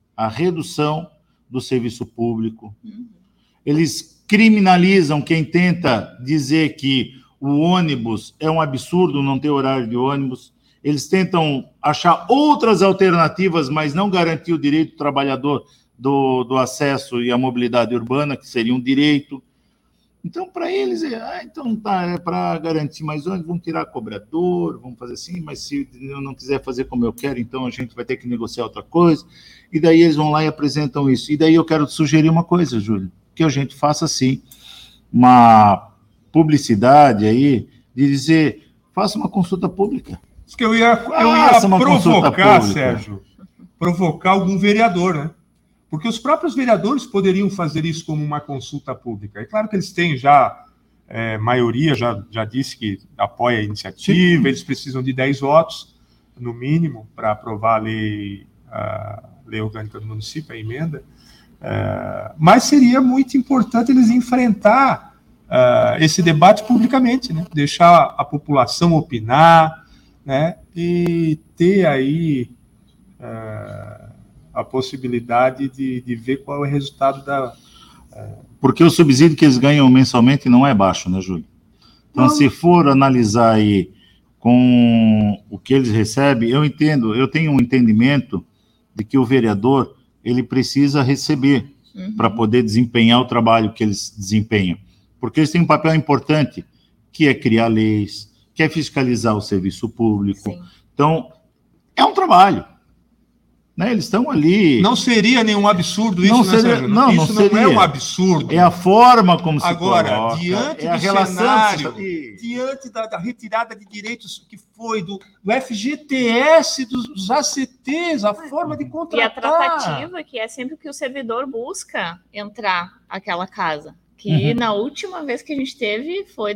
do serviço público. Eles criminalizam quem tenta dizer que o ônibus é um absurdo não ter horário de ônibus. Eles tentam achar outras alternativas, mas não garantir o direito do trabalhador do acesso e a mobilidade urbana, que seria um direito. Então, para eles, então tá, é para garantir mais ônibus, vamos tirar cobrador, vamos fazer assim, mas se eu não quiser fazer como eu quero, então a gente vai ter que negociar outra coisa. E daí eles vão lá e apresentam isso. E daí eu quero sugerir uma coisa, Júlio, que a gente faça, assim, uma publicidade aí, de dizer, faça uma consulta pública. Isso que eu ia provocar, Sérgio, provocar algum vereador, né? Porque os próprios vereadores poderiam fazer isso como uma consulta pública. É claro que eles têm já, maioria já disse que apoia a iniciativa, eles precisam de 10 votos, no mínimo, para aprovar a lei orgânica do município, a emenda. Mas seria muito importante eles enfrentar esse debate publicamente, né? Deixar a população opinar, né? E ter aí a possibilidade de ver qual é o resultado da... Porque o subsídio que eles ganham mensalmente não é baixo, né, Júlio? Então, se for analisar aí com o que eles recebem, eu entendo, eu tenho um entendimento de que o vereador, ele precisa receber para poder desempenhar o trabalho que eles desempenham. Porque eles têm um papel importante, que é criar leis, que é fiscalizar o serviço público. Sim. Então, é um trabalho. Né? Eles estão ali... Não seria nenhum absurdo isso, Não né, seria, Sérgio? não Isso não é um absurdo. É a forma como se Agora, coloca, diante é a do relação cenário, que se... diante da retirada de direitos que foi do FGTS, dos ACTs, a forma de E a contratar. tratativa, que é sempre que o servidor busca entrar aquela casa. Que na última vez que a gente teve foi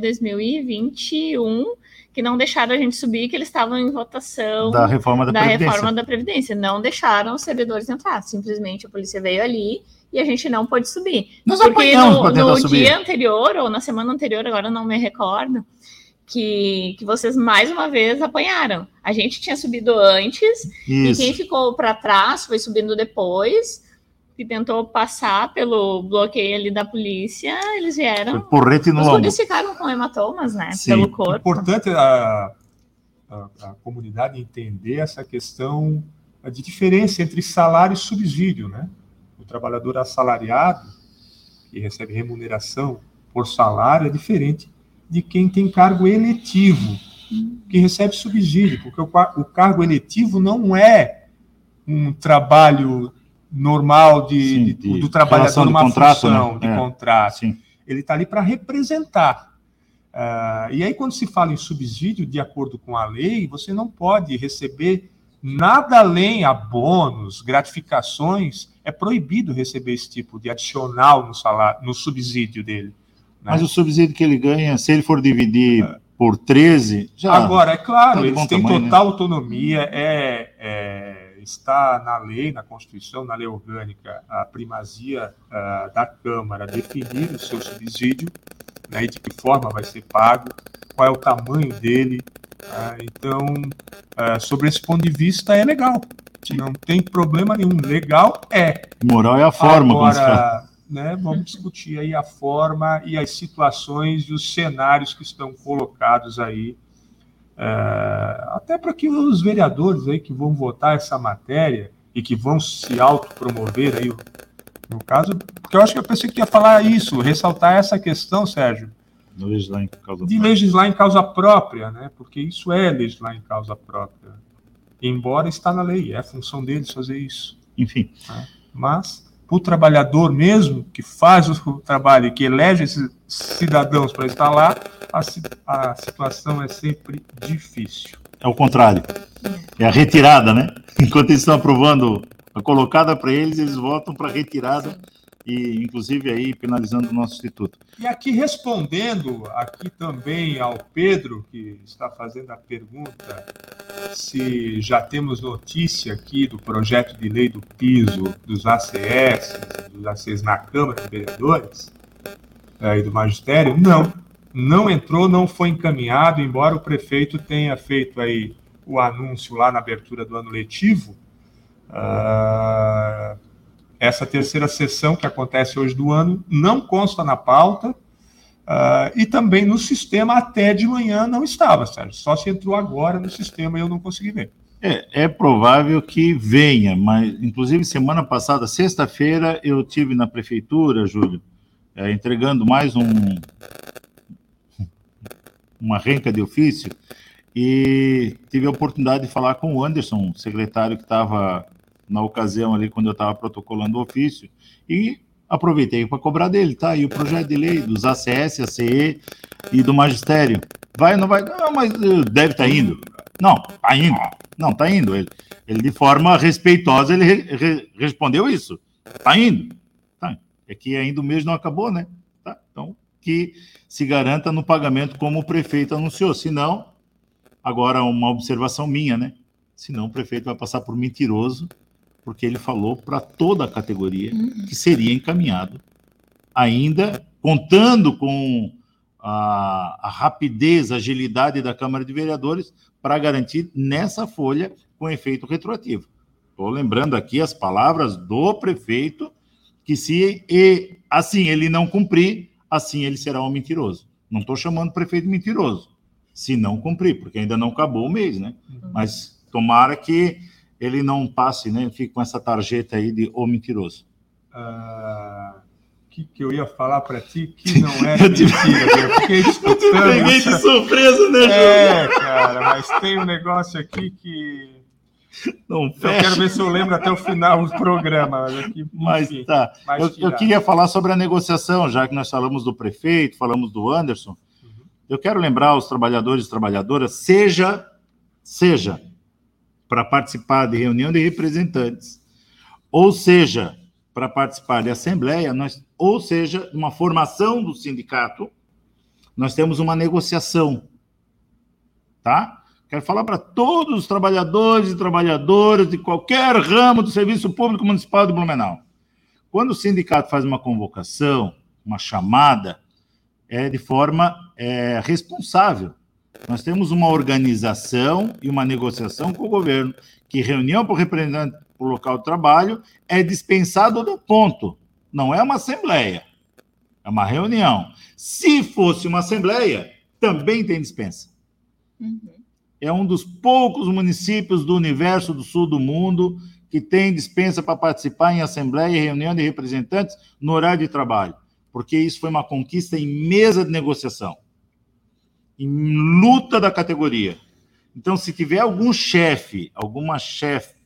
2021, que não deixaram a gente subir, que eles estavam em votação da reforma da Previdência. Não deixaram os servidores entrar. Simplesmente a polícia veio ali e a gente não pôde subir. Nós Porque apanhamos para tentar subir. dia anterior, ou na semana anterior, agora eu não me recordo, que vocês mais uma vez apanharam. A gente tinha subido antes, Isso. e quem ficou para trás foi subindo depois, que tentou passar pelo bloqueio ali da polícia, eles vieram... Porrete no Os lombo. guris ficaram com hematomas, né? Sim. Pelo corpo. É importante a comunidade entender essa questão de diferença entre salário e subsídio, né? O trabalhador assalariado, que recebe remuneração por salário, é diferente de quem tem cargo eletivo, que recebe subsídio, porque o cargo eletivo não é um trabalho normal do trabalhador numa função de contrato. Sim. Ele está ali para representar. E aí, quando se fala em subsídio, de acordo com a lei, você não pode receber nada além abonos, gratificações. É proibido receber esse tipo de adicional no salário, no subsídio dele. Né? Mas o subsídio que ele ganha, se ele for dividir por 13, já... Agora, é claro, tá eles têm tamanho, total né? autonomia, está na lei, na Constituição, na lei orgânica, a primazia da Câmara definir o seu subsídio, né, e de que forma vai ser pago, qual é o tamanho dele. Então, sobre esse ponto de vista, é legal. Não tem problema nenhum. Legal é. Moral é a forma. Agora, né, vamos discutir aí a forma e as situações e os cenários que estão colocados aí, até para que os vereadores aí que vão votar essa matéria e que vão se autopromover aí, no caso, porque eu acho que eu pensei que ia falar isso, ressaltar essa questão, Sérgio, legislar em causa própria, né? Porque isso é legislar em causa própria, embora está na lei, é a função deles fazer isso. Enfim. Né? Mas, para o trabalhador mesmo, que faz o trabalho e que elege esses cidadãos para estar lá, a situação é sempre difícil. É o contrário. É a retirada, né? Enquanto eles estão aprovando a colocada para eles, eles votam para a retirada. Sim. E, inclusive, aí penalizando o nosso instituto. E aqui, respondendo aqui também ao Pedro, que está fazendo a pergunta se já temos notícia aqui do projeto de lei do piso dos ACS na Câmara de Vereadores e do Magistério. Não entrou, não foi encaminhado, embora o prefeito tenha feito aí o anúncio lá na abertura do ano letivo. Essa terceira sessão que acontece hoje do ano não consta na pauta e também no sistema até de manhã não estava, Sérgio. Só se entrou agora no sistema e eu não consegui ver. É provável que venha, mas inclusive semana passada, sexta-feira, eu tive na prefeitura, Júlio, entregando mais uma renca de ofício e tive a oportunidade de falar com o Anderson, secretário que estava na ocasião ali, quando eu estava protocolando o ofício, e aproveitei para cobrar dele, tá? E o projeto de lei dos ACS, ACE e do Magistério, vai ou não vai? Não, mas deve estar indo. Não, está indo. Não, está indo. Ele de forma respeitosa, ele respondeu isso. Está indo. Tá. É que ainda o mês não acabou, né? Tá. Então, que se garanta no pagamento como o prefeito anunciou. Se não, agora uma observação minha, né? Se não, o prefeito vai passar por mentiroso, porque ele falou para toda a categoria que seria encaminhado, ainda contando com a rapidez, a agilidade da Câmara de Vereadores para garantir nessa folha com efeito retroativo. Estou lembrando aqui as palavras do prefeito, que assim ele não cumprir, assim ele será um mentiroso. Não estou chamando o prefeito de mentiroso, se não cumprir, porque ainda não acabou o mês, né? Mas tomara que ele não passe, né? Fique com essa tarjeta aí de o mentiroso. Que eu ia falar para ti que não é mentira, eu fiquei escutando. Peguei de surpresa, né? Cara, mas tem um negócio aqui que não fecha. Eu quero ver se eu lembro até o final do programa. Mas, aqui, enfim, tá. Eu queria falar sobre a negociação, já que nós falamos do prefeito, falamos do Anderson. Eu quero lembrar aos trabalhadores e trabalhadoras, seja para participar de reunião de representantes, ou seja, para participar de assembleia, ou seja, uma formação do sindicato, nós temos uma negociação, tá? Quero falar para todos os trabalhadores e trabalhadoras de qualquer ramo do Serviço Público Municipal de Blumenau. Quando o sindicato faz uma convocação, uma chamada, é de forma responsável. Nós temos uma organização e uma negociação com o governo, que reunião para o representante do local de trabalho é dispensado do ponto. Não é uma assembleia, é uma reunião. Se fosse uma assembleia, também tem dispensa. É um dos poucos municípios do universo do sul do mundo que tem dispensa para participar em assembleia e reunião de representantes no horário de trabalho, porque isso foi uma conquista em mesa de negociação, em luta da categoria. Então, se tiver algum chefe, alguma chefe,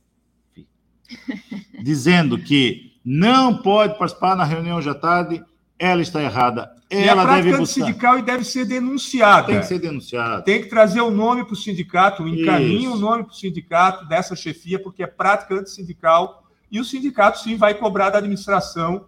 dizendo que não pode participar na reunião hoje à tarde, ela está errada. Ela deve buscar. Sindical e deve ser denunciada. Tem que ser denunciada. Tem que trazer o nome para o sindicato, encaminha o nome para o sindicato dessa chefia, porque é prática antissindical, e o sindicato, sim, vai cobrar da administração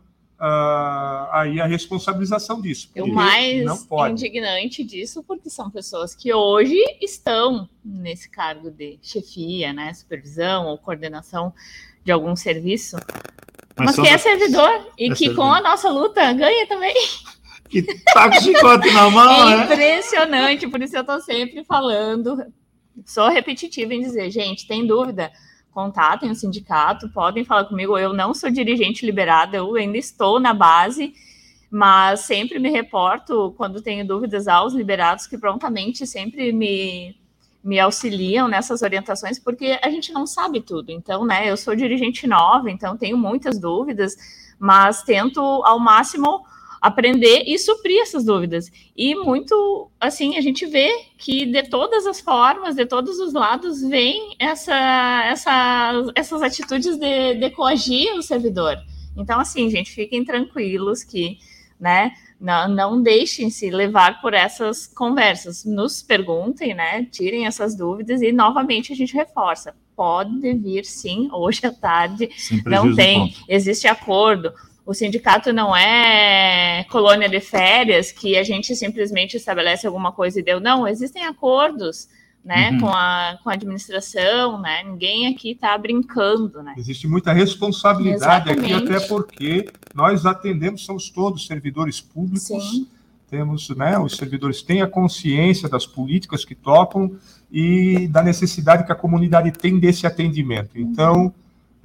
aí a responsabilização disso. O mais indignante disso, porque são pessoas que hoje estão nesse cargo de chefia, né, supervisão ou coordenação de algum serviço, mas que é servidor e que com a nossa luta ganha também. Que tá com o chicote na mão, né? Impressionante, por isso eu tô sempre falando, sou repetitiva em dizer, gente, tem dúvida? Contatem o sindicato, podem falar comigo, eu não sou dirigente liberada, eu ainda estou na base, mas sempre me reporto quando tenho dúvidas aos liberados, que prontamente sempre me auxiliam nessas orientações, porque a gente não sabe tudo. Então, né, eu sou dirigente nova, então tenho muitas dúvidas, mas tento ao máximo aprender e suprir essas dúvidas. E muito, assim, a gente vê que de todas as formas, de todos os lados, vem essas atitudes de coagir o servidor. Então, assim, gente, fiquem tranquilos que, né, não deixem se levar por essas conversas. Nos perguntem, né, tirem essas dúvidas e, novamente, a gente reforça. Pode vir, sim, hoje à tarde, não tem, existe acordo. O sindicato não é colônia de férias, que a gente simplesmente estabelece alguma coisa e deu. Não, existem acordos, né, com a administração, né? Ninguém aqui está brincando, né? Existe muita responsabilidade aqui, até porque nós atendemos, somos todos servidores públicos. Sim. Temos, né, os servidores têm a consciência das políticas que tocam e da necessidade que a comunidade tem desse atendimento. Então,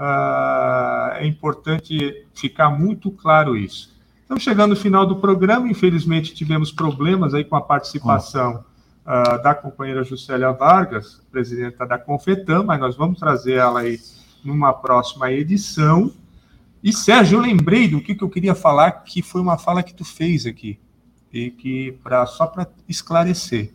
é importante ficar muito claro isso. Então, chegando no final do programa, infelizmente tivemos problemas aí com a participação da companheira Juscelia Vargas, presidenta da Confetam, mas nós vamos trazer ela aí numa próxima edição. E, Sérgio, eu lembrei do que eu queria falar, que foi uma fala que tu fez aqui, e que só para esclarecer.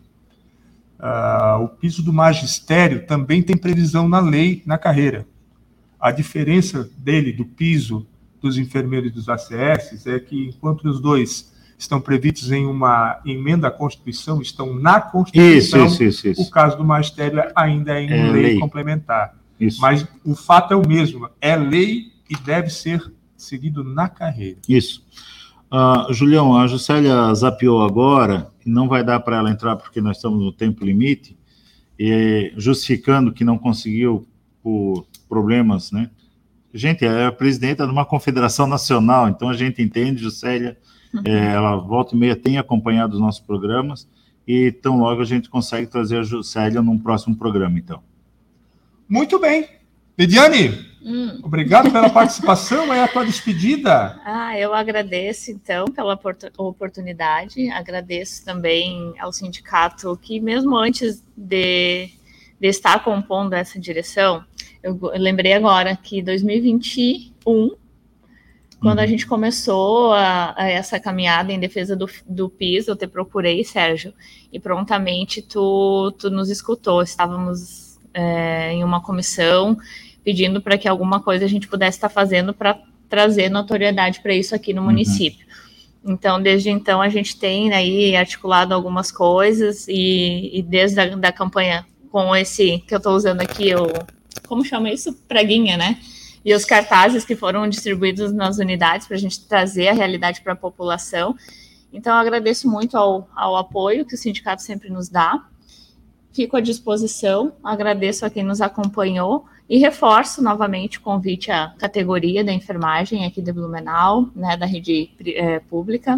O piso do magistério também tem previsão na lei, na carreira. A diferença dele, do piso dos enfermeiros e dos ACS, é que enquanto os dois estão previstos em uma emenda à Constituição, estão na Constituição, isso. O caso do magistério ainda é em lei complementar. Isso. Mas o fato é o mesmo, é lei e deve ser seguido na carreira. Isso. Julião, a Juscelia zapeou agora, e não vai dar para ela entrar porque nós estamos no tempo limite, justificando que não conseguiu por problemas, né? Gente, é a presidenta de uma confederação nacional, então a gente entende, Juscelia, ela volta e meia tem acompanhado os nossos programas, e tão logo a gente consegue trazer a Juscelia num próximo programa, então. Muito bem. Lidiane, obrigado pela participação, é a tua despedida. Eu agradeço, então, pela oportunidade, agradeço também ao sindicato que, mesmo antes de estar compondo essa direção, eu lembrei agora que 2021, quando a gente começou a essa caminhada em defesa do PIS, eu te procurei, Sérgio, e prontamente tu nos escutou. Estávamos em uma comissão pedindo para que alguma coisa a gente pudesse estar fazendo para trazer notoriedade para isso aqui no município. Então, desde então, a gente tem aí articulado algumas coisas e desde a campanha com esse que eu estou usando aqui, como chama isso? Preguinha, né? E os cartazes que foram distribuídos nas unidades para a gente trazer a realidade para a população. Então, eu agradeço muito ao apoio que o sindicato sempre nos dá. Fico à disposição, agradeço a quem nos acompanhou e reforço novamente o convite à categoria da enfermagem aqui de Blumenau, né, da rede pública.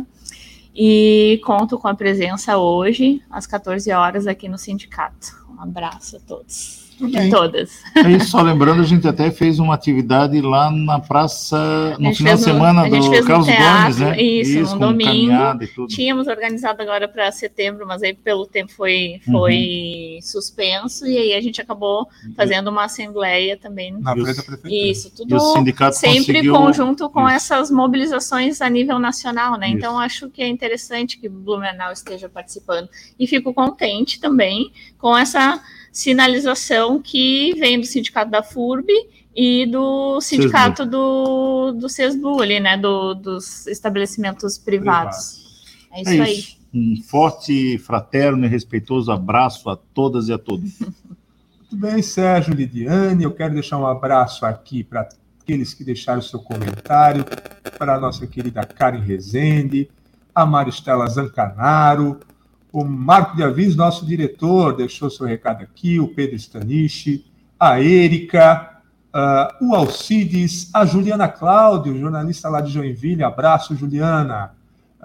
E conto com a presença hoje, às 14 horas, aqui no sindicato. Um abraço a todos. E todas. Só lembrando, a gente até fez uma atividade lá na praça, no final de semana do Carlos Gomes, né? Isso, no domingo. Tínhamos organizado agora para setembro, mas aí pelo tempo foi suspenso, e aí a gente acabou fazendo uma assembleia também. Na frente da prefeitura. Isso, tudo sempre conjunto com essas mobilizações a nível nacional, né? Então, acho que é interessante que Blumenau esteja participando. E fico contente também com essa sinalização que vem do sindicato da FURB e do sindicato do CESBU ali, né, dos estabelecimentos privados. É isso aí. Um forte, fraterno e respeitoso abraço a todas e a todos. Muito bem, Sérgio, Lidiane, eu quero deixar um abraço aqui para aqueles que deixaram seu comentário, para a nossa querida Karen Rezende, a Maristela Zancanaro, o Marco de Aviso, nosso diretor, deixou seu recado aqui, o Pedro Stanichi, a Érica, o Alcides, a Juliana Cláudio, jornalista lá de Joinville, abraço, Juliana.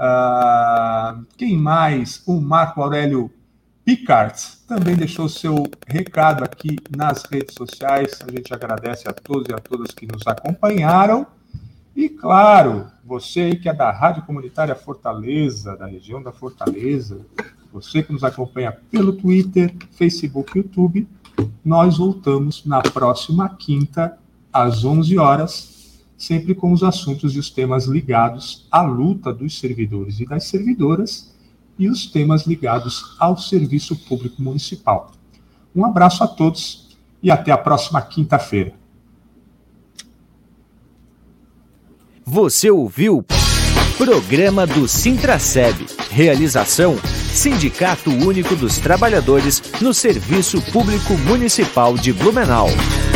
Quem mais? O Marco Aurélio Picard também deixou seu recado aqui nas redes sociais, a gente agradece a todos e a todas que nos acompanharam. E, claro, você que é da Rádio Comunitária Fortaleza, da região da Fortaleza, você que nos acompanha pelo Twitter, Facebook e YouTube, nós voltamos na próxima quinta, às 11 horas, sempre com os assuntos e os temas ligados à luta dos servidores e das servidoras e os temas ligados ao serviço público municipal. Um abraço a todos e até a próxima quinta-feira. Você ouviu Programa do Sintraceb. Realização: Sindicato Único dos Trabalhadores no Serviço Público Municipal de Blumenau.